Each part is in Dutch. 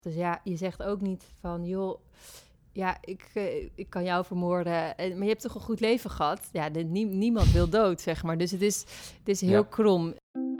Dus ja, je zegt ook niet van, joh, ja, ik kan jou vermoorden. Maar je hebt toch een goed leven gehad? Ja, niemand wil dood, zeg maar. Dus het is heel krom.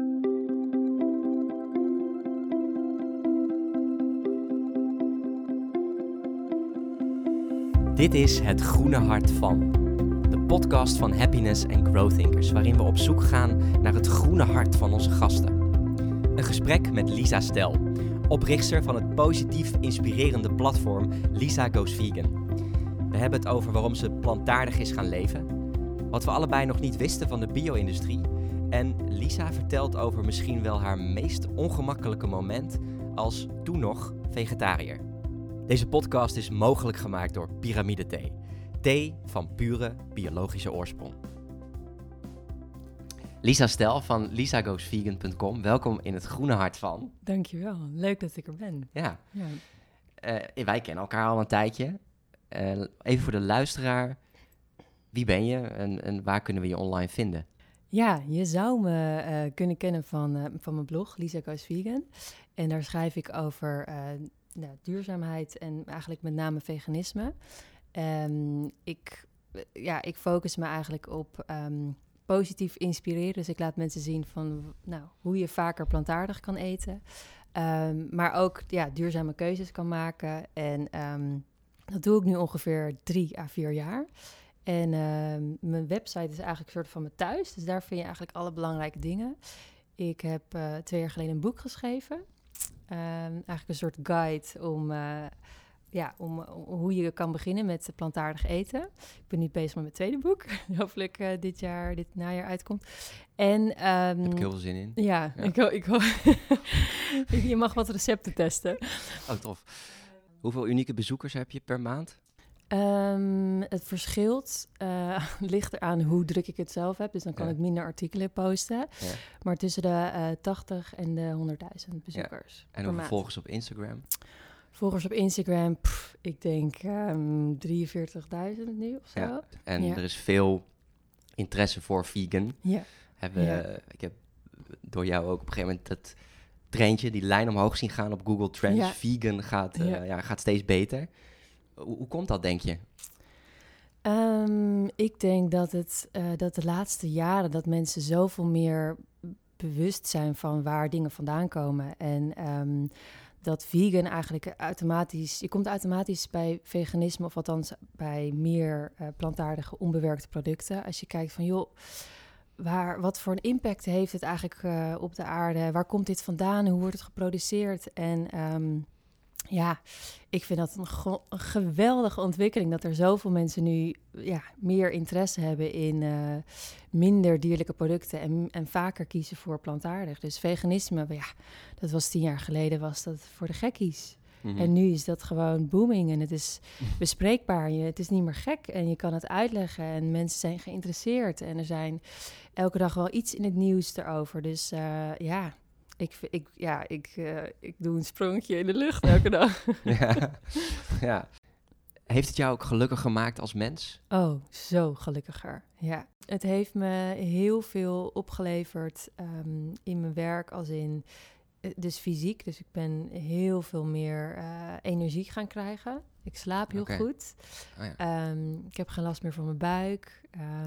Dit is Het Groene Hart van, de podcast van Happiness and Growth Thinkers, waarin we op zoek gaan naar het groene hart van onze gasten. Een gesprek met Lisa Stel, oprichtster van het positief inspirerende platform Lisa Goes Vegan. We hebben het over waarom ze plantaardig is gaan leven, wat we allebei nog niet wisten van de bio-industrie en Lisa vertelt over misschien wel haar meest ongemakkelijke moment als toen nog vegetariër. Deze podcast is mogelijk gemaakt door Pyramide Thee. Thee van pure biologische oorsprong. Lisa Stel van lisagoesvegan.com. Welkom in het groene hart van. Dankjewel, leuk dat ik er ben. Ja. Wij kennen elkaar al een tijdje. Even voor de luisteraar. Wie ben je en waar kunnen we je online vinden? Ja, je zou me kunnen kennen van mijn blog, Lisa Goes Vegan. En daar schrijf ik over duurzaamheid en eigenlijk met name veganisme. Ik focus me eigenlijk op positief inspireren. Dus ik laat mensen zien van hoe je vaker plantaardig kan eten. Maar ook duurzame keuzes kan maken. En dat doe ik nu ongeveer 3 à 4 jaar. En mijn website is eigenlijk een soort van mijn thuis. Dus daar vind je eigenlijk alle belangrijke dingen. Ik heb 2 jaar geleden een boek geschreven. Eigenlijk een soort guide om hoe je kan beginnen met plantaardig eten. Ik ben nu bezig met mijn tweede boek. Hopelijk dit najaar uitkomt. En, Daar heb ik heel veel zin in. Ja. Ik je mag wat recepten testen. Oh, tof. Hoeveel unieke bezoekers heb je per maand? Het verschilt, ligt eraan hoe druk ik het zelf heb. Dus dan kan ik minder artikelen posten. Ja. Maar tussen de 80 en de 100.000 bezoekers. En hoeveel volgers op Instagram? Volgers op Instagram, ik denk 43.000 nu of zo. Ja. En er is veel interesse voor vegan. Ja. Ik heb door jou ook op een gegeven moment dat treintje, die lijn omhoog zien gaan op Google Trends. Ja. Vegan gaat steeds beter. Hoe komt dat, denk je? Ik denk dat dat de laatste jaren dat mensen zoveel meer bewust zijn van waar dingen vandaan komen. En dat vegan eigenlijk automatisch... Je komt automatisch bij veganisme, of althans bij meer plantaardige onbewerkte producten. Als je kijkt van, joh, wat voor een impact heeft het eigenlijk op de aarde? Waar komt dit vandaan? Hoe wordt het geproduceerd? En ik vind dat een geweldige ontwikkeling, dat er zoveel mensen nu meer interesse hebben in minder dierlijke producten en vaker kiezen voor plantaardig. Dus veganisme, dat was 10 jaar geleden, was dat voor de gekkies. Mm-hmm. En nu is dat gewoon booming en het is bespreekbaar. Het is niet meer gek en je kan het uitleggen en mensen zijn geïnteresseerd. En er zijn elke dag wel iets in het nieuws erover. Dus Ik doe een sprongetje in de lucht elke dag. Ja. Heeft het jou ook gelukkig gemaakt als mens? Oh, zo gelukkiger. Ja. Het heeft me heel veel opgeleverd in mijn werk, als in dus fysiek. Dus ik ben heel veel meer energie gaan krijgen. Ik slaap heel goed. Oh, ja. Ik heb geen last meer van mijn buik.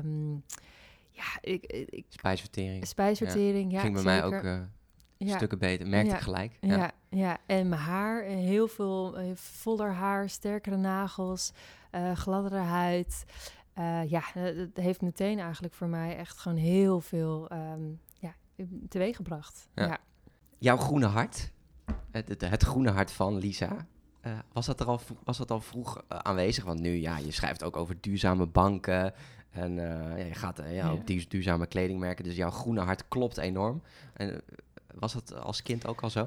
Spijsvertering, ja. Ging bij mij ook... stukken beter, merkte ik gelijk. Ja, en mijn haar, heel veel voller haar, sterkere nagels, gladdere huid. Dat heeft meteen eigenlijk voor mij echt gewoon heel veel teweeggebracht. Ja. Jouw groene hart, het groene hart van Lisa, was dat al vroeg aanwezig? Want nu, je schrijft ook over duurzame banken en je gaat op duurzame kledingmerken, dus jouw groene hart klopt enorm. En was dat als kind ook al zo?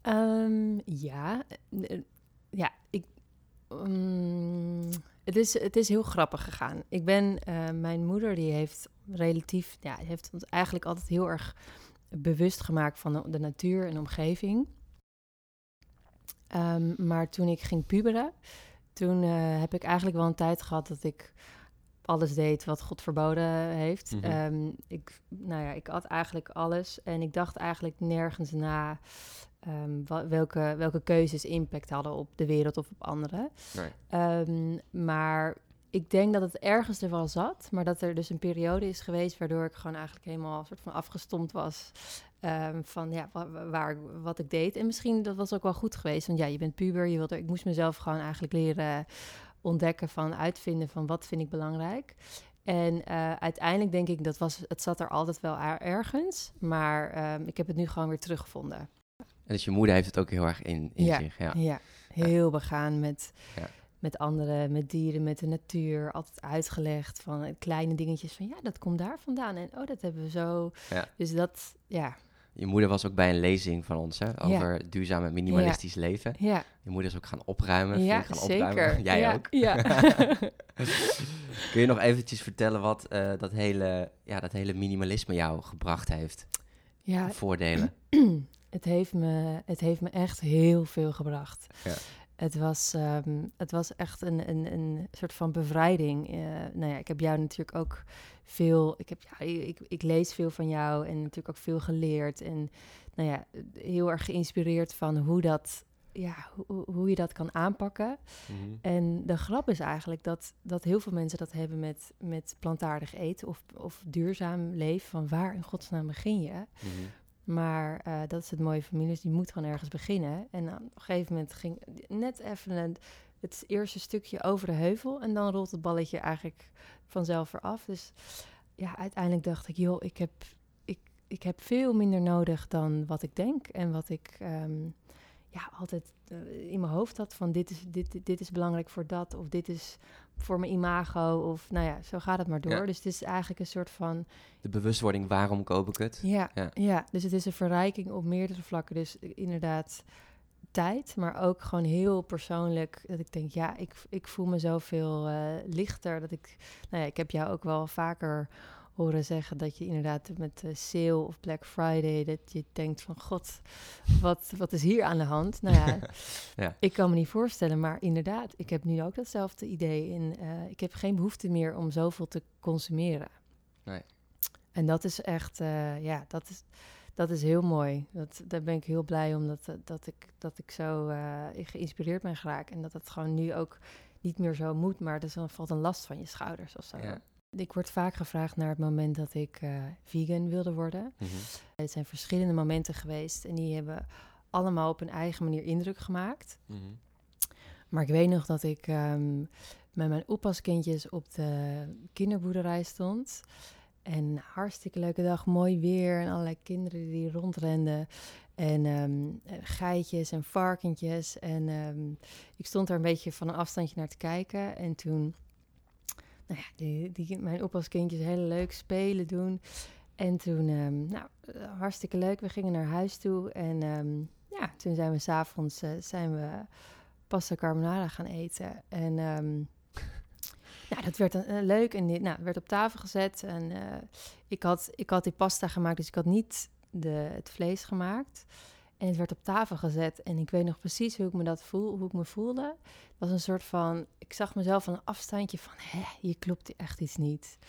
Het is heel grappig gegaan. Mijn moeder die heeft heeft ons eigenlijk altijd heel erg bewust gemaakt van de natuur en de omgeving. Maar toen ik ging puberen, toen heb ik eigenlijk wel een tijd gehad dat ik alles deed wat God verboden heeft. Mhm. Ik at eigenlijk alles en ik dacht eigenlijk nergens na welke keuzes impact hadden op de wereld of op anderen. Nee. Maar ik denk dat het ergens er wel zat, maar dat er dus een periode is geweest waardoor ik gewoon eigenlijk helemaal soort van afgestompt was van ja, wat ik deed. En misschien dat was ook wel goed geweest, want ja, je bent puber, ik moest mezelf gewoon eigenlijk leren ontdekken uitvinden van wat vind ik belangrijk. En uiteindelijk denk ik, het zat er altijd wel ergens, maar ik heb het nu gewoon weer teruggevonden. En dus je moeder heeft het ook heel erg in zich. Ja, heel begaan Ja. met anderen, met dieren, met de natuur. Altijd uitgelegd van kleine dingetjes van ja, dat komt daar vandaan. En dat hebben we zo. Ja. Dus dat, ja. Je moeder was ook bij een lezing van ons, hè? Over duurzaam en minimalistisch leven. Ja. Je moeder is ook gaan opruimen. Ja, gaan zeker. Opruimen. Jij ook. Ja. Kun je nog eventjes vertellen wat dat hele minimalisme jou gebracht heeft? Ja. Voordelen. Het heeft me echt heel veel gebracht. Ja. Het was echt een soort van bevrijding. Ik heb jou natuurlijk ook veel... Ik lees veel van jou en natuurlijk ook veel geleerd. En heel erg geïnspireerd van hoe je dat kan aanpakken. Mm-hmm. En de grap is eigenlijk dat heel veel mensen dat hebben met plantaardig eten of duurzaam leven. Van waar in godsnaam begin je? Mm-hmm. Maar dat is het mooie van Minus, die moet gewoon ergens beginnen. En op een gegeven moment ging net even het eerste stukje over de heuvel. En dan rolt het balletje eigenlijk vanzelf eraf. Dus ja, uiteindelijk dacht ik, joh, ik heb veel minder nodig dan wat ik denk. En wat ik altijd in mijn hoofd had van dit is belangrijk voor dat. Of dit is voor mijn imago. Of zo gaat het maar door. Ja. Dus het is eigenlijk een soort van... De bewustwording, waarom koop ik het? Ja, dus het is een verrijking op meerdere vlakken. Dus inderdaad tijd, maar ook gewoon heel persoonlijk. Dat ik denk, ja, ik voel me zoveel lichter. Dat ik heb jou ook wel vaker horen zeggen dat je inderdaad met sale of Black Friday, dat je denkt van god, wat is hier aan de hand? Ja. Ik kan me niet voorstellen, maar inderdaad, ik heb nu ook datzelfde idee. En ik heb geen behoefte meer om zoveel te consumeren. Nee. En dat is echt, dat is heel mooi. Daar ben ik heel blij om dat ik zo geïnspireerd ben geraakt. En dat het gewoon nu ook niet meer zo moet, maar dan valt een last van je schouders of zo. Ja. Ik word vaak gevraagd naar het moment dat ik vegan wilde worden. Mm-hmm. Het zijn verschillende momenten geweest en die hebben allemaal op een eigen manier indruk gemaakt. Mm-hmm. Maar ik weet nog dat ik met mijn oppaskindjes op de kinderboerderij stond. En hartstikke leuke dag, mooi weer en allerlei kinderen die rondrenden. En geitjes en varkentjes. En ik stond daar een beetje van een afstandje naar te kijken. En toen, mijn oppaskindjes heel leuk spelen doen. En toen, hartstikke leuk, we gingen naar huis toe. En toen zijn we 's avonds pasta carbonara gaan eten. En... dat werd leuk en werd op tafel gezet. En ik had die pasta gemaakt, dus ik had niet het vlees gemaakt. En het werd op tafel gezet. En ik weet nog precies hoe ik me voelde. Het was een soort van... Ik zag mezelf van een afstandje van... hier klopt echt iets niet.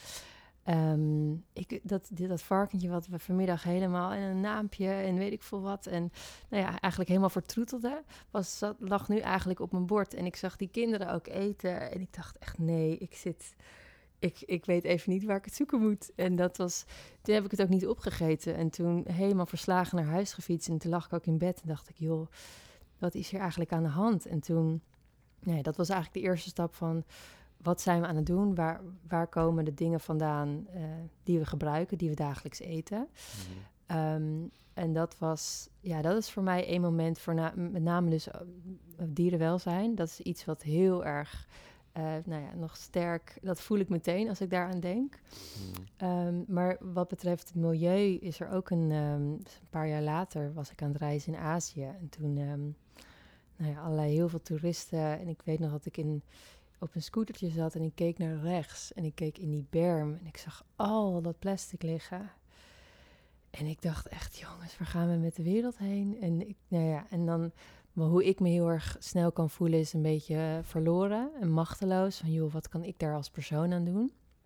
Dat varkentje wat we vanmiddag helemaal in een naampje en weet ik veel wat. En eigenlijk helemaal vertroetelde. Lag nu eigenlijk op mijn bord. En ik zag die kinderen ook eten. En ik dacht echt, nee, ik weet even niet waar ik het zoeken moet. En toen heb ik het ook niet opgegeten. En toen helemaal verslagen naar huis gefietst. En toen lag ik ook in bed en dacht ik, joh, wat is hier eigenlijk aan de hand? En toen, dat was eigenlijk de eerste stap van... Wat zijn we aan het doen? Waar komen de dingen vandaan die we gebruiken, die we dagelijks eten? Mm-hmm. En dat is voor mij een moment voor met name dus dierenwelzijn. Dat is iets wat heel erg, nog sterk, dat voel ik meteen als ik daaraan denk. Mm-hmm. Maar wat betreft het milieu is er ook een paar jaar later was ik aan het reizen in Azië. En toen allerlei heel veel toeristen. En ik weet nog dat ik op een scootertje zat en ik keek naar rechts. En ik keek in die berm en ik zag al dat plastic liggen. En ik dacht echt, jongens, waar gaan we met de wereld heen? En en dan, maar hoe ik me heel erg snel kan voelen is een beetje verloren en machteloos. Van joh, wat kan ik daar als persoon aan doen?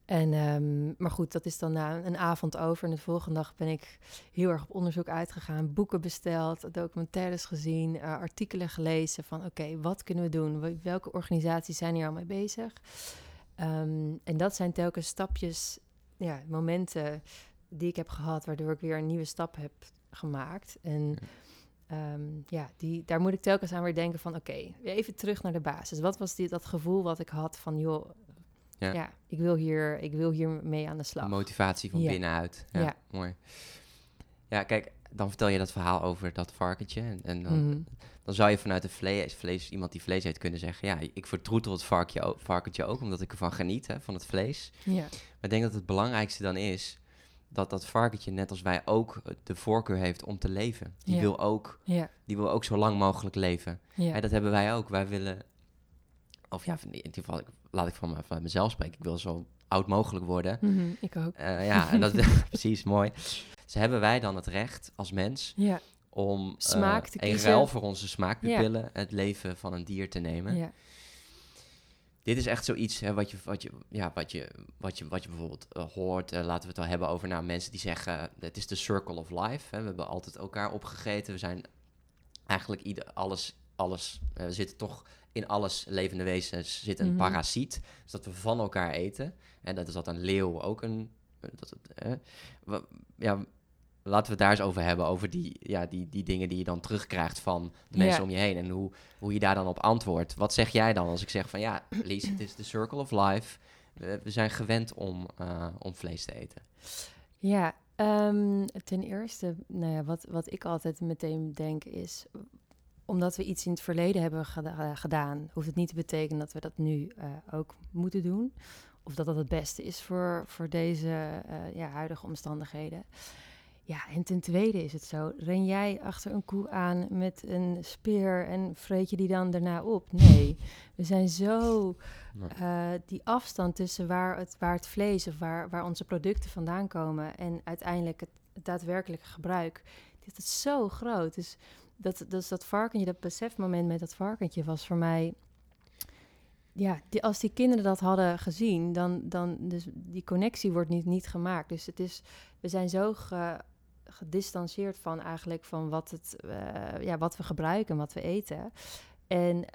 En, maar goed, dat is dan na een avond over. En de volgende dag ben ik heel erg op onderzoek uitgegaan. Boeken besteld, documentaires gezien, artikelen gelezen van oké, wat kunnen we doen? Welke organisaties zijn hier al mee bezig? En dat zijn telkens stapjes, momenten die ik heb gehad, waardoor ik weer een nieuwe stap heb gemaakt. En daar moet ik telkens aan weer denken van oké, even terug naar de basis. Wat was dat gevoel wat ik had van joh, ik wil hier mee aan de slag. Motivatie van binnenuit. Ja, mooi. Ja, kijk, dan vertel je dat verhaal over dat varkentje. En dan zou je vanuit het iemand die vlees eet kunnen zeggen, ja, ik vertroetel het varkentje ook, omdat ik ervan geniet, van het vlees. Ja. Maar ik denk dat het belangrijkste dan is dat varkentje, net als wij, ook de voorkeur heeft om te leven. Die wil ook zo lang mogelijk leven. Ja. Dat hebben wij ook. Wij willen, of ja, in ieder geval, laat ik van mezelf spreken. Ik wil zo oud mogelijk worden. Mm-hmm, ik ook. En dat precies mooi. Dus hebben wij dan het recht als mens om smaak te kiezen. In ruil voor onze smaakpapillen het leven van een dier te nemen. Ja. Dit is echt zoiets wat je bijvoorbeeld hoort. Laten we het wel hebben over mensen die zeggen, het is de circle of life. We hebben altijd elkaar opgegeten. We zijn eigenlijk alles. We zitten toch in alles levende wezens zit een parasiet. Dus dat we van elkaar eten. En dat is dat een leeuw ook een. Laten we het daar eens over hebben. Over die dingen die je dan terugkrijgt van de mensen om je heen. En hoe je daar dan op antwoordt. Wat zeg jij dan als ik zeg van Lies, het is de circle of life. We zijn gewend om vlees te eten. Ja, ten eerste, wat ik altijd meteen denk is, omdat we iets in het verleden hebben gedaan, hoeft het niet te betekenen dat we dat nu ook moeten doen. Of dat het beste is voor deze huidige omstandigheden. Ja, en ten tweede is het zo, ren jij achter een koe aan met een speer en vreet je die dan daarna op? Nee, we zijn zo, die afstand tussen waar het vlees of waar onze producten vandaan komen en uiteindelijk het daadwerkelijke gebruik, dit is zo groot. Dus dat varkentje, dat besefmoment met dat varkentje was voor mij, als die kinderen dat hadden gezien, dan dus die connectie wordt niet gemaakt. Dus we zijn zo gedistanceerd van wat we gebruiken, wat we eten. En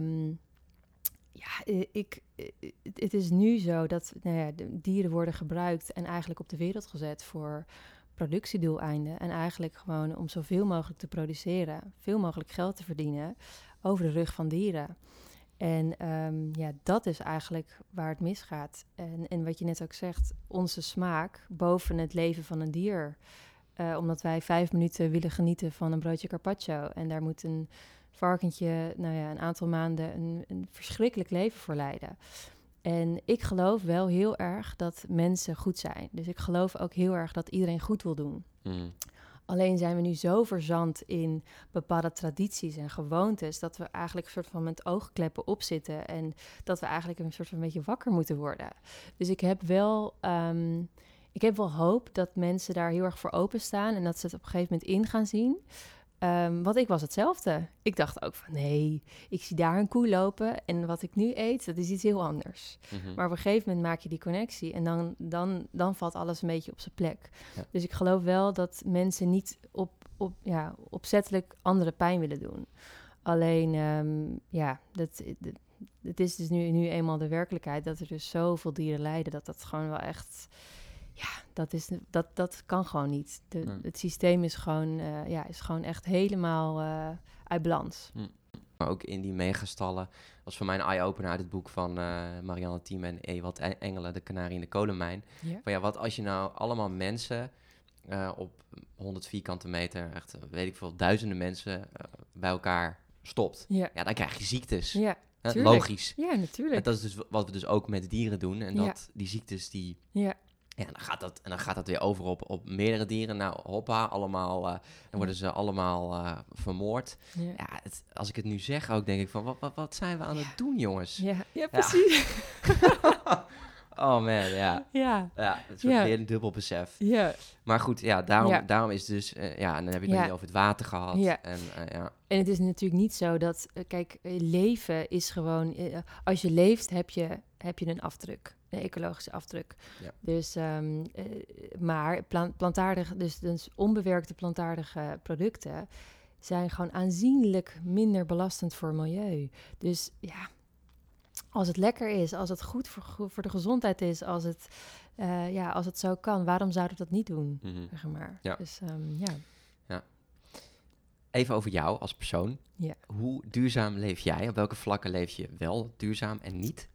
het is nu zo dat de dieren worden gebruikt en eigenlijk op de wereld gezet voor productiedoeleinden. En eigenlijk gewoon om zoveel mogelijk te produceren, veel mogelijk geld te verdienen over de rug van dieren. En dat is eigenlijk waar het misgaat. En wat je net ook zegt, onze smaak boven het leven van een dier. Omdat wij 5 minuten willen genieten van een broodje carpaccio. En daar moet een varkentje een aantal maanden een verschrikkelijk leven voor leiden. En ik geloof wel heel erg dat mensen goed zijn. Dus ik geloof ook heel erg dat iedereen goed wil doen. Mm. Alleen zijn we nu zo verzand in bepaalde tradities en gewoontes, dat we eigenlijk een soort van met oogkleppen opzitten en dat we eigenlijk een soort van beetje wakker moeten worden. Dus ik heb wel hoop dat mensen daar heel erg voor openstaan en dat ze het op een gegeven moment in gaan zien. Want ik was hetzelfde. Ik dacht ook van nee, ik zie daar een koe lopen en wat ik nu eet, dat is iets heel anders. Mm-hmm. Maar op een gegeven moment maak je die connectie en dan valt alles een beetje op zijn plek. Ja. Dus ik geloof wel dat mensen niet opzettelijk andere pijn willen doen. Alleen, het is dus nu eenmaal de werkelijkheid dat er dus zoveel dieren lijden, dat gewoon wel echt. Ja, dat kan gewoon niet. Het systeem is gewoon echt helemaal uit balans. Maar ook in die megastallen was voor mij een eye-opener uit het boek van Marianne Thieme en Ewald Engelen, De Kanarie in de Kolenmijn. Ja. Van wat als je nou allemaal mensen op 100 vierkante meter, echt weet ik veel, duizenden mensen bij elkaar stopt. Ja, dan krijg je ziektes. Ja. Logisch. Ja, natuurlijk. En dat is dus wat we dus ook met dieren doen. En dat die ziektes die. Ja. Ja, dan gaat dat weer over op meerdere dieren. Nou, hoppa, allemaal, dan worden ze allemaal vermoord. Ja. Ja, als ik het nu zeg ook, denk ik van, wat zijn we aan het doen, jongens? Ja, precies. Oh man, ja. Ja, het is weer een dubbel besef. Ja. Maar goed, daarom is het dus, en dan heb je het niet over het water gehad. Ja. En het is natuurlijk niet zo dat, kijk, leven is gewoon, als je leeft heb je een afdruk. ecologische afdruk. Ja. Dus, maar plantaardig, dus onbewerkte plantaardige producten zijn gewoon aanzienlijk minder belastend voor het milieu. Dus ja, als het lekker is, als het goed voor de gezondheid is, als het zo kan, waarom zouden we dat niet doen? Zeg maar. Ja. Dus ja. Even over jou als persoon. Ja. Hoe duurzaam leef jij? Op welke vlakken leef je wel duurzaam en niet?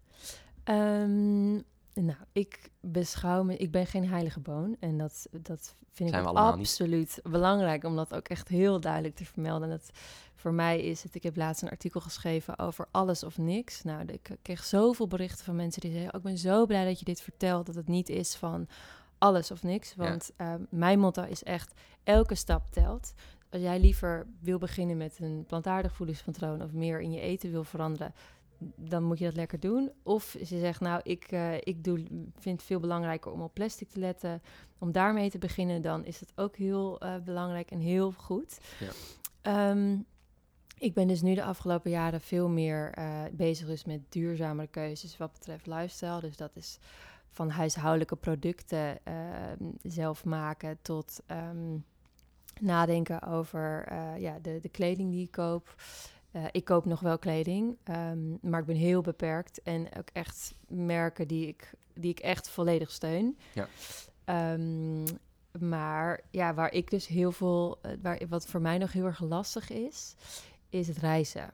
Nou, ik ben geen heilige boon. En dat vind ik absoluut belangrijk om dat ook echt heel duidelijk te vermelden. En dat voor mij is het, ik heb laatst een artikel geschreven over alles of niks. Nou, ik kreeg zoveel berichten van mensen die zeiden, ik ben zo blij dat je dit vertelt, dat het niet is van alles of niks. Want mijn motto is echt, elke stap telt. Als jij liever wil beginnen met een plantaardig voedingspatroon of meer in je eten wil veranderen, dan moet je dat lekker doen. Of je zegt, nou, ik vind het veel belangrijker om op plastic te letten. Om daarmee te beginnen, dan is het ook heel belangrijk en heel goed. Ja. Ik ben dus nu de afgelopen jaren veel meer bezig dus met duurzamere keuzes wat betreft lifestyle. Dus dat is van huishoudelijke producten zelf maken tot nadenken over de kleding die ik koop. Ik koop nog wel kleding, maar ik ben heel beperkt. En ook echt merken die ik echt volledig steun. Ja. Maar ja, waar ik dus heel veel... wat voor mij nog heel erg lastig is het reizen.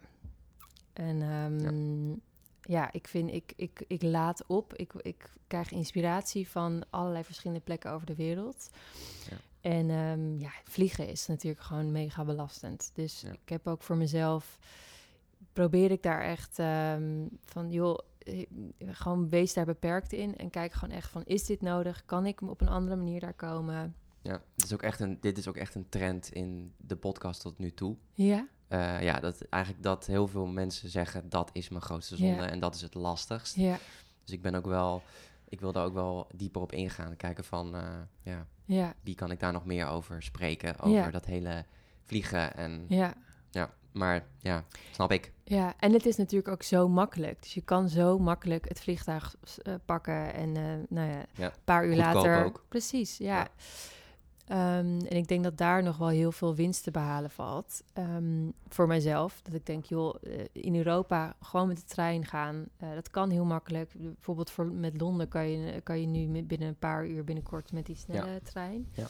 En ik laad op. Ik krijg inspiratie van allerlei verschillende plekken over de wereld. Ja. En vliegen is natuurlijk gewoon mega belastend. Dus ik heb ook voor mezelf... probeer ik daar echt van... joh, gewoon wees daar beperkt in. En kijk gewoon echt van, is dit nodig? Kan ik op een andere manier daar komen? Ja, dit is ook echt een trend in de podcast tot nu toe. Ja? Dat heel veel mensen zeggen, dat is mijn grootste zonde en dat is het lastigst. Ja. Dus ik wil daar ook wel dieper op ingaan. Kijken van, wie kan ik daar nog meer over spreken? Over dat hele vliegen en... Maar snap ik. Ja, en het is natuurlijk ook zo makkelijk. Dus je kan zo makkelijk het vliegtuig pakken en een paar uur later... ook. Precies, ja. En ik denk dat daar nog wel heel veel winst te behalen valt. Voor mijzelf. Dat ik denk, joh, in Europa gewoon met de trein gaan. Dat kan heel makkelijk. Bijvoorbeeld met Londen kan je nu binnen een paar uur binnenkort met die snelle trein. Ja.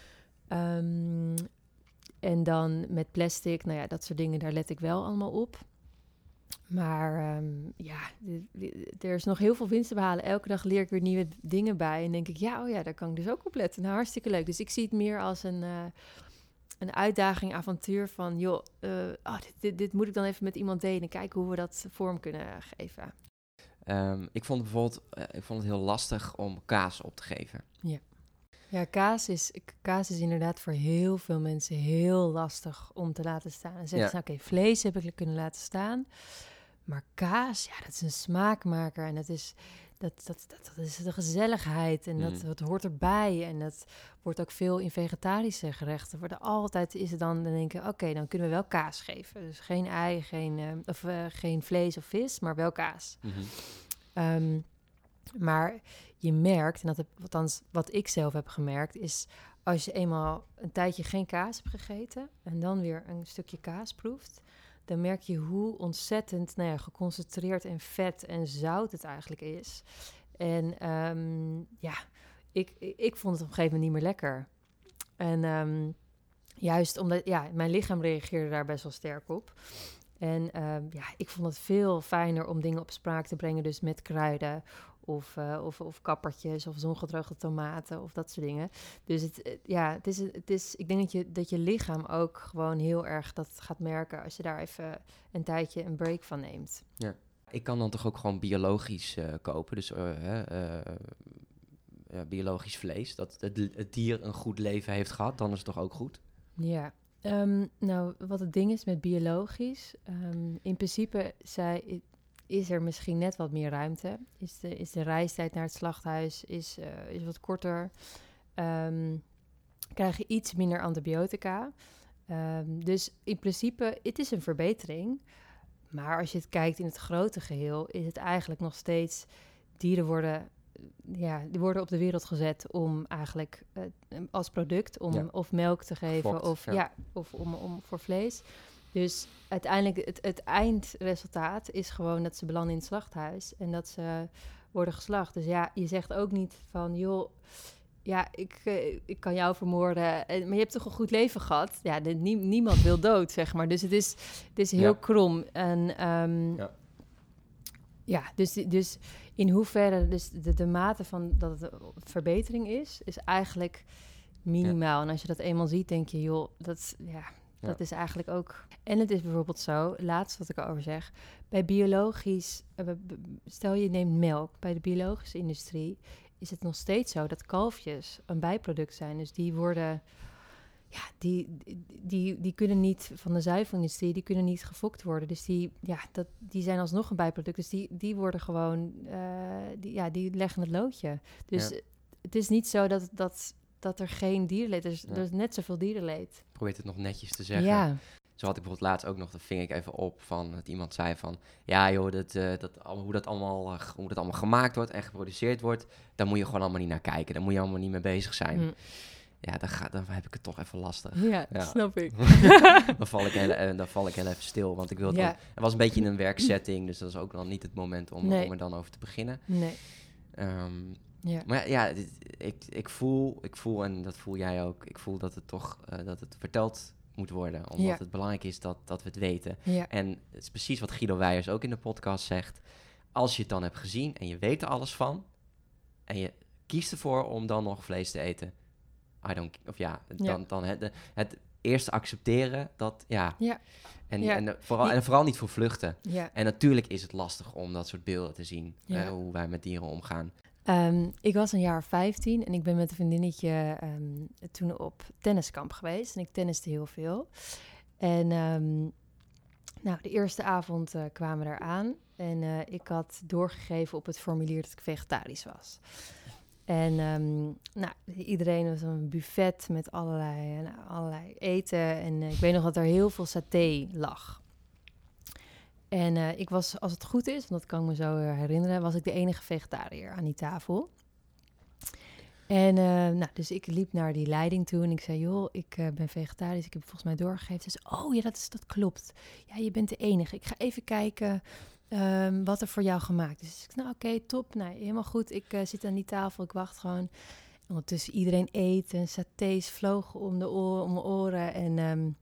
En dan met plastic, dat soort dingen, daar let ik wel allemaal op. Maar er is nog heel veel winst te behalen. Elke dag leer ik weer nieuwe dingen bij. En denk ik, daar kan ik dus ook op letten. Nou, hartstikke leuk. Dus ik zie het meer als een uitdaging, avontuur van... joh, dit moet ik dan even met iemand delen en kijken hoe we dat vorm kunnen geven. Ik vond het heel lastig om kaas op te geven. Ja. Ja, kaas is inderdaad voor heel veel mensen heel lastig om te laten staan. En zeggen ze, oké, vlees heb ik kunnen laten staan. Maar kaas, dat is een smaakmaker. En dat is de gezelligheid. En dat hoort erbij. En dat wordt ook veel in vegetarische gerechten. Dan denken, oké, dan kunnen we wel kaas geven. Dus geen ei, geen vlees of vis, maar wel kaas. Mm-hmm. Maar je merkt, en althans wat ik zelf heb gemerkt, is als je eenmaal een tijdje geen kaas hebt gegeten en dan weer een stukje kaas proeft, dan merk je hoe ontzettend geconcentreerd en vet en zout het eigenlijk is. En ik vond het op een gegeven moment niet meer lekker. En juist omdat, mijn lichaam reageerde daar best wel sterk op. En ik vond het veel fijner om dingen op spraak te brengen, dus met kruiden of kappertjes of zongedroogde tomaten of dat soort dingen. Dus het is, ik denk dat je lichaam ook gewoon heel erg dat gaat merken als je daar even een tijdje een break van neemt. Ja, ik kan dan toch ook gewoon biologisch kopen, dus biologisch vlees, dat het dier een goed leven heeft gehad, dan is het toch ook goed? Ja. Wat het ding is met biologisch, in principe is er misschien net wat meer ruimte. Is de reistijd naar het slachthuis is wat korter. Krijg je iets minder antibiotica. Dus in principe, het is een verbetering. Maar als je het kijkt in het grote geheel, is het eigenlijk nog steeds... dieren worden die worden op de wereld gezet om eigenlijk als product om of melk te geven of om voor vlees. Dus uiteindelijk het eindresultaat is gewoon dat ze belanden in het slachthuis en dat ze worden geslacht. Dus ja, je zegt ook niet van, joh, ja, ik kan jou vermoorden, maar je hebt toch een goed leven gehad? Ja, niemand wil dood, zeg maar. Dus het is heel krom. En dus in hoeverre dus de mate van dat het verbetering is eigenlijk minimaal. En als je dat eenmaal ziet, denk je, joh, dat is eigenlijk ook... En het is bijvoorbeeld zo, laatst wat ik erover zeg, bij biologisch... Stel je neemt melk, bij de biologische industrie is het nog steeds zo dat kalfjes een bijproduct zijn. Dus die worden... Ja, die kunnen niet van de zuivelindustrie, die kunnen niet gefokt worden. Dus die zijn alsnog een bijproduct. Dus die worden gewoon... die leggen het loodje. Dus het is niet zo dat er geen dierenleed is. Er is net zoveel dierenleed. Ik probeer het nog netjes te zeggen. Ja. Zo had ik bijvoorbeeld laatst ook nog, dat ving ik even op van dat iemand zei van, ja joh, hoe dat allemaal gemaakt wordt en geproduceerd wordt, daar moet je gewoon allemaal niet naar kijken. Daar moet je allemaal niet mee bezig zijn. Ja, dan heb ik het toch even lastig. Ja, dat snap ik. Dan val ik heel even stil, want ik wil het was een beetje in een werksetting, dus dat is ook dan niet het moment om er dan over te beginnen. Nee. Maar ja, ik voel, en dat voel jij ook, ik voel dat het toch, dat het verteld moet worden, omdat het belangrijk is dat we het weten. Ja. En het is precies wat Guido Wijers ook in de podcast zegt. Als je het dan hebt gezien en je weet er alles van, en je kiest ervoor om dan nog vlees te eten, dan het eerst accepteren dat, En vooral niet voor vluchten. Ja. En natuurlijk is het lastig om dat soort beelden te zien, hoe wij met dieren omgaan. Ik was een jaar 15 en ik ben met een vriendinnetje toen op tenniskamp geweest. En ik tenniste heel veel. En de eerste avond kwamen we daar aan. En ik had doorgegeven op het formulier dat ik vegetarisch was. En iedereen was een buffet met allerlei eten. En ik weet nog dat er heel veel saté lag. En ik was, als het goed is, want dat kan ik me zo herinneren, was ik de enige vegetariër aan die tafel. En dus ik liep naar die leiding toe en ik zei, joh, ik ben vegetarisch, ik heb volgens mij doorgegeven. Ze zei, oh ja, dat klopt. Ja, je bent de enige. Ik ga even kijken wat er voor jou gemaakt is. Dus ik zei, oké, top. Nou, helemaal goed. Ik zit aan die tafel, ik wacht gewoon. Ondertussen iedereen eten en satés vlogen om mijn oren. En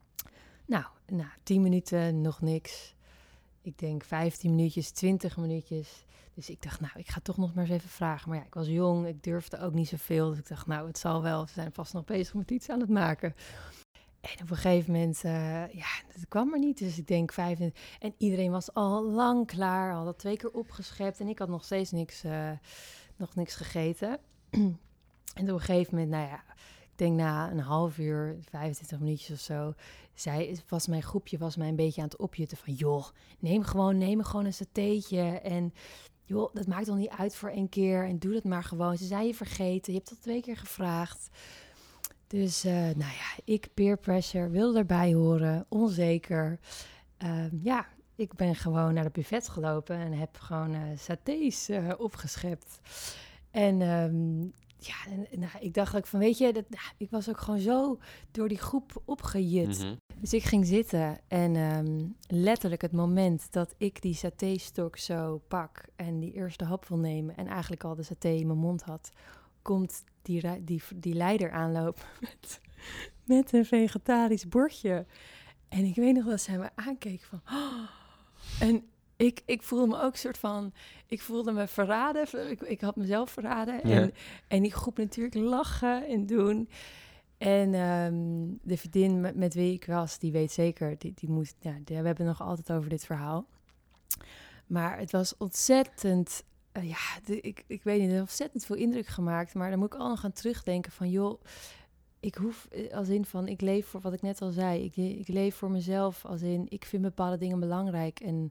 10 minuten, nog niks. Ik denk 15 minuutjes, 20 minuutjes. Dus ik dacht, ik ga toch nog maar eens even vragen. Maar ja, ik was jong, ik durfde ook niet zoveel. Dus ik dacht, het zal wel. Ze zijn vast nog bezig met iets aan het maken. En op een gegeven moment, dat kwam er niet. Dus ik denk 25. En iedereen was al lang klaar, al dat 2 keer opgeschept. En ik had nog steeds nog niks gegeten. En op een gegeven moment, ik denk na een half uur, 25 minuutjes of zo, mijn groepje was mij een beetje aan het opjutten van, joh, neem gewoon een satéetje en joh, dat maakt toch niet uit voor 1 keer en doe dat maar gewoon. Ze zijn je vergeten, je hebt dat 2 keer gevraagd. Dus, ik peer pressure, wil erbij horen, onzeker. Ik ben gewoon naar de buffet gelopen en heb gewoon satés opgeschept. En ik dacht ook van, weet je, ik was ook gewoon zo door die groep opgejut. Mm-hmm. Dus ik ging zitten en letterlijk het moment dat ik die satéstok zo pak en die eerste hap wil nemen en eigenlijk al de saté in mijn mond had, komt die leider aanlopen met een vegetarisch bordje. En ik weet nog dat zij me aankeek van, en ik voelde me ook soort van, ik voelde me verraden. Ik had mezelf verraden. Ja. En die groep natuurlijk lachen en doen. En de vriendin met wie ik was, die weet zeker, die moest, we hebben nog altijd over dit verhaal. Maar het was ontzettend, ik weet niet, het heeft ontzettend veel indruk gemaakt. Maar dan moet ik al nog aan terugdenken van, joh, ik hoef, als in van, ik leef voor wat ik net al zei. Ik leef voor mezelf, als in, ik vind bepaalde dingen belangrijk en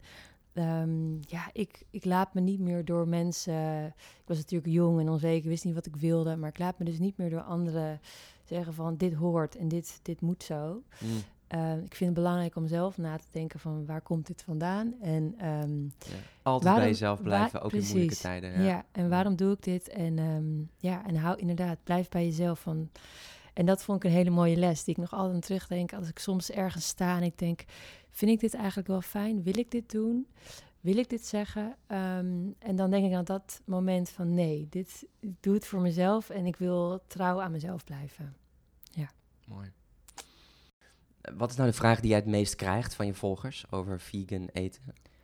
ik laat me niet meer door mensen. Ik was natuurlijk jong en onzeker, wist niet wat ik wilde. Maar ik laat me dus niet meer door anderen zeggen van, dit hoort en dit moet zo. Ik vind het belangrijk om zelf na te denken van waar komt dit vandaan? En altijd bij jezelf blijven, ook precies, in moeilijke tijden. Ja, en waarom doe ik dit? En en hou inderdaad, blijf bij jezelf van. En dat vond ik een hele mooie les, die ik nog altijd aan terugdenk. Als ik soms ergens sta en ik denk, vind ik dit eigenlijk wel fijn? Wil ik dit doen? Wil ik dit zeggen? En dan denk ik aan dat moment van nee, ik doe het voor mezelf en ik wil trouw aan mezelf blijven. Ja. Mooi. Wat is nou de vraag die jij het meest krijgt van je volgers over vegan eten?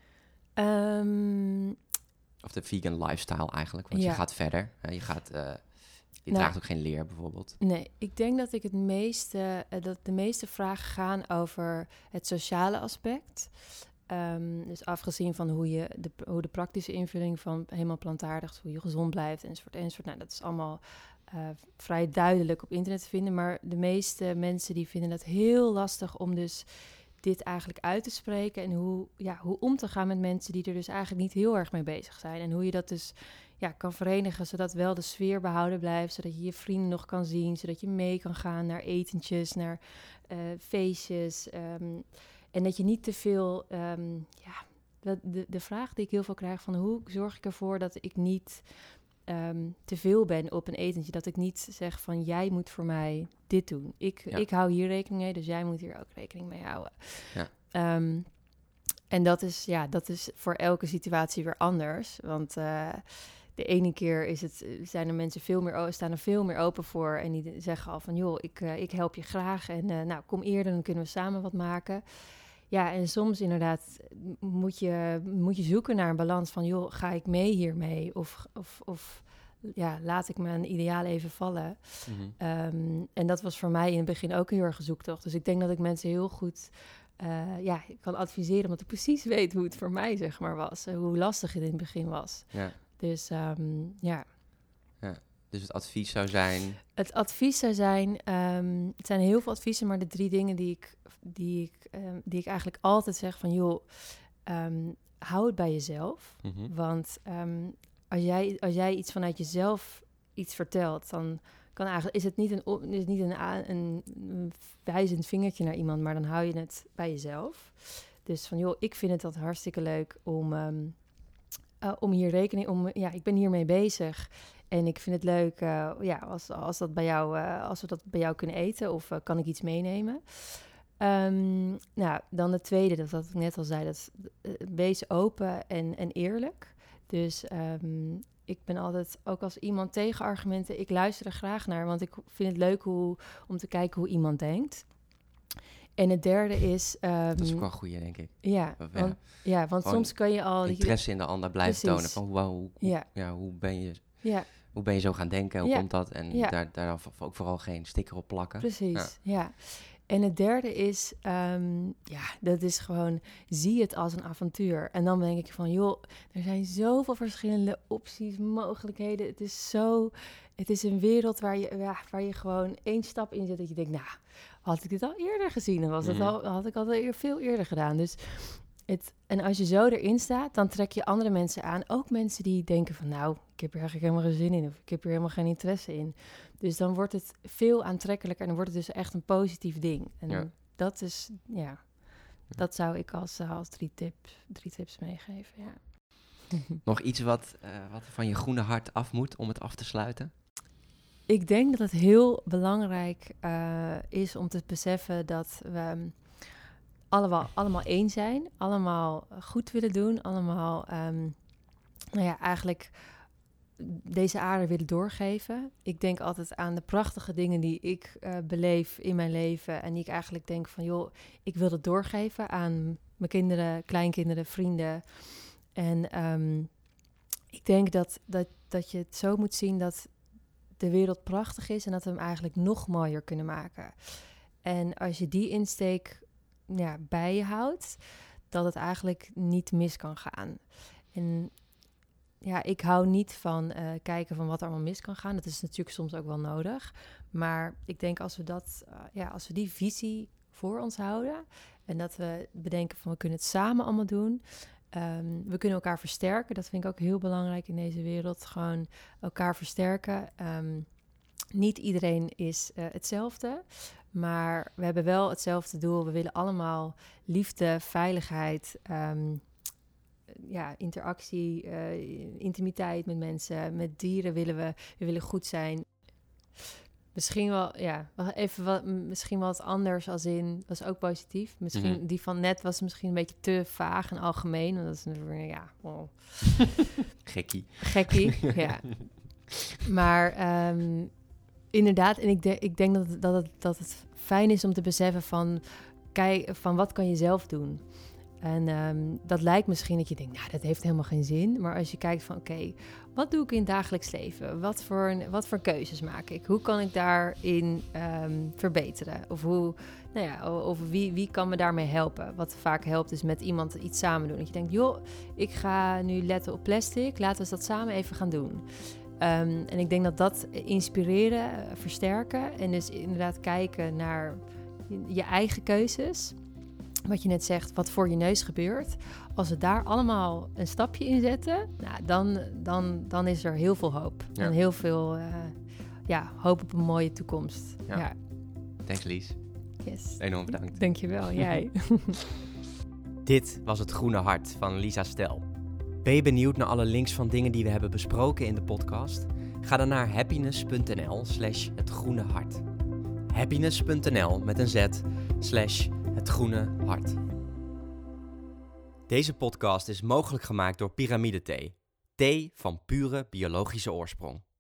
Of de vegan lifestyle eigenlijk, want je gaat verder. Je draagt ook geen leer bijvoorbeeld. Nee, ik denk dat ik dat de meeste vragen gaan over het sociale aspect. Dus afgezien van hoe de praktische invulling van helemaal plantaardig, hoe je gezond blijft enzovoort. Nou, dat is allemaal vrij duidelijk op internet te vinden. Maar de meeste mensen die vinden dat heel lastig om dus dit eigenlijk uit te spreken. En hoe om te gaan met mensen die er dus eigenlijk niet heel erg mee bezig zijn. En hoe je dat dus kan verenigen, zodat wel de sfeer behouden blijft. Zodat je je vrienden nog kan zien. Zodat je mee kan gaan naar etentjes, naar feestjes. En dat je niet te veel... de vraag die ik heel veel krijg van hoe zorg ik ervoor dat ik niet te veel ben op een etentje. Dat ik niet zeg van jij moet voor mij dit doen. Ik hou hier rekening mee, dus jij moet hier ook rekening mee houden. Ja. En dat is voor elke situatie weer anders. Want de ene keer zijn er mensen staan er veel meer open voor. En die zeggen al van joh, ik help je graag. En kom eerder, dan kunnen we samen wat maken. Ja, en soms inderdaad moet je zoeken naar een balans van joh, ga ik mee hiermee? Of laat ik mijn ideaal even vallen? Mm-hmm. En dat was voor mij in het begin ook heel erg een zoektocht. Dus ik denk dat ik mensen heel goed kan adviseren, omdat ik precies weet hoe het voor mij zeg maar was. Hoe lastig het in het begin was. Ja. Dus Dus het advies zou zijn... Het advies zou zijn... het zijn heel veel adviezen, maar de 3 dingen die ik eigenlijk altijd zeg van joh, hou het bij jezelf. Mm-hmm. Want als jij iets vanuit jezelf iets vertelt, dan is het niet een wijzend vingertje naar iemand, maar dan hou je het bij jezelf. Dus van joh, ik vind het hartstikke leuk om hier ik ben hiermee bezig. En ik vind het leuk als we dat bij jou kunnen eten of kan ik iets meenemen. Dan het tweede, dat wat ik net al zei, dat wees open en eerlijk. Dus ik ben altijd, ook als iemand tegenargumenten, ik luister er graag naar, want ik vind het leuk om te kijken hoe iemand denkt. En het derde is... dat is ook wel een goeie, denk ik. Want soms kan je al... interesse in de ander blijven tonen. Van hoe ben je zo gaan denken? Hoe komt dat? En daar ook vooral geen sticker op plakken. Precies, ja. En het derde is, dat is gewoon, zie het als een avontuur. En dan denk ik van, joh, er zijn zoveel verschillende opties, mogelijkheden. Het is een wereld waar je gewoon 1 stap in zet dat je denkt, nou, had ik dit al eerder gezien? Had ik al veel eerder gedaan. Dus en als je zo erin staat, dan trek je andere mensen aan. Ook mensen die denken van, nou, ik heb er eigenlijk helemaal geen zin in. Of ik heb er helemaal geen interesse in. Dus dan wordt het veel aantrekkelijker. En dan wordt het dus echt een positief ding. En dat is, dat zou ik als 3 tips meegeven, ja. Nog iets wat van je groene hart af moet om het af te sluiten? Ik denk dat het heel belangrijk is om te beseffen dat we allemaal één zijn. Allemaal goed willen doen. Allemaal eigenlijk deze aarde willen doorgeven. Ik denk altijd aan de prachtige dingen die ik beleef in mijn leven. En die ik eigenlijk denk van joh, ik wil dat doorgeven aan mijn kinderen, kleinkinderen, vrienden. En ik denk dat je het zo moet zien dat de wereld prachtig is en dat we hem eigenlijk nog mooier kunnen maken. En als je die insteek bij je houdt, dat het eigenlijk niet mis kan gaan. En ik hou niet van kijken van wat er allemaal mis kan gaan. Dat is natuurlijk soms ook wel nodig. Maar ik denk als we die visie voor ons houden en dat we bedenken van we kunnen het samen allemaal doen. We kunnen elkaar versterken. Dat vind ik ook heel belangrijk in deze wereld. Gewoon elkaar versterken. Niet iedereen is hetzelfde. Maar we hebben wel hetzelfde doel. We willen allemaal liefde, veiligheid, interactie, intimiteit met mensen. Met dieren we willen goed zijn. Misschien wel, misschien wel wat anders als in, was ook positief. Misschien die van net was misschien een beetje te vaag en algemeen. Want dat is natuurlijk, Gekkie, ja. Maar inderdaad, en ik denk dat het fijn is om te beseffen van wat kan je zelf doen. En dat lijkt misschien dat je denkt, nou, dat heeft helemaal geen zin. Maar als je kijkt van, oké, wat doe ik in het dagelijks leven? Wat voor keuzes maak ik? Hoe kan ik daarin verbeteren? Of wie kan me daarmee helpen? Wat vaak helpt is met iemand iets samen doen. Dat je denkt, joh, ik ga nu letten op plastic. Laten we dat samen even gaan doen. En ik denk dat inspireren, versterken en dus inderdaad kijken naar je eigen keuzes. Wat je net zegt, wat voor je neus gebeurt. Als we daar allemaal een stapje in zetten, dan is er heel veel hoop. Ja. En heel veel hoop op een mooie toekomst. Ja. Thanks, Lies. Yes. Enorm bedankt. Dankjewel, jij. Dit was Het Groene Hart van Lisa Stel. Ben je benieuwd naar alle links van dingen die we hebben besproken in de podcast? Ga dan naar happiness.nl/hetgroenehart. Happiness.nl met een Z/Het Groene Hart. Deze podcast is mogelijk gemaakt door Pyramide Thee. Thee van pure biologische oorsprong.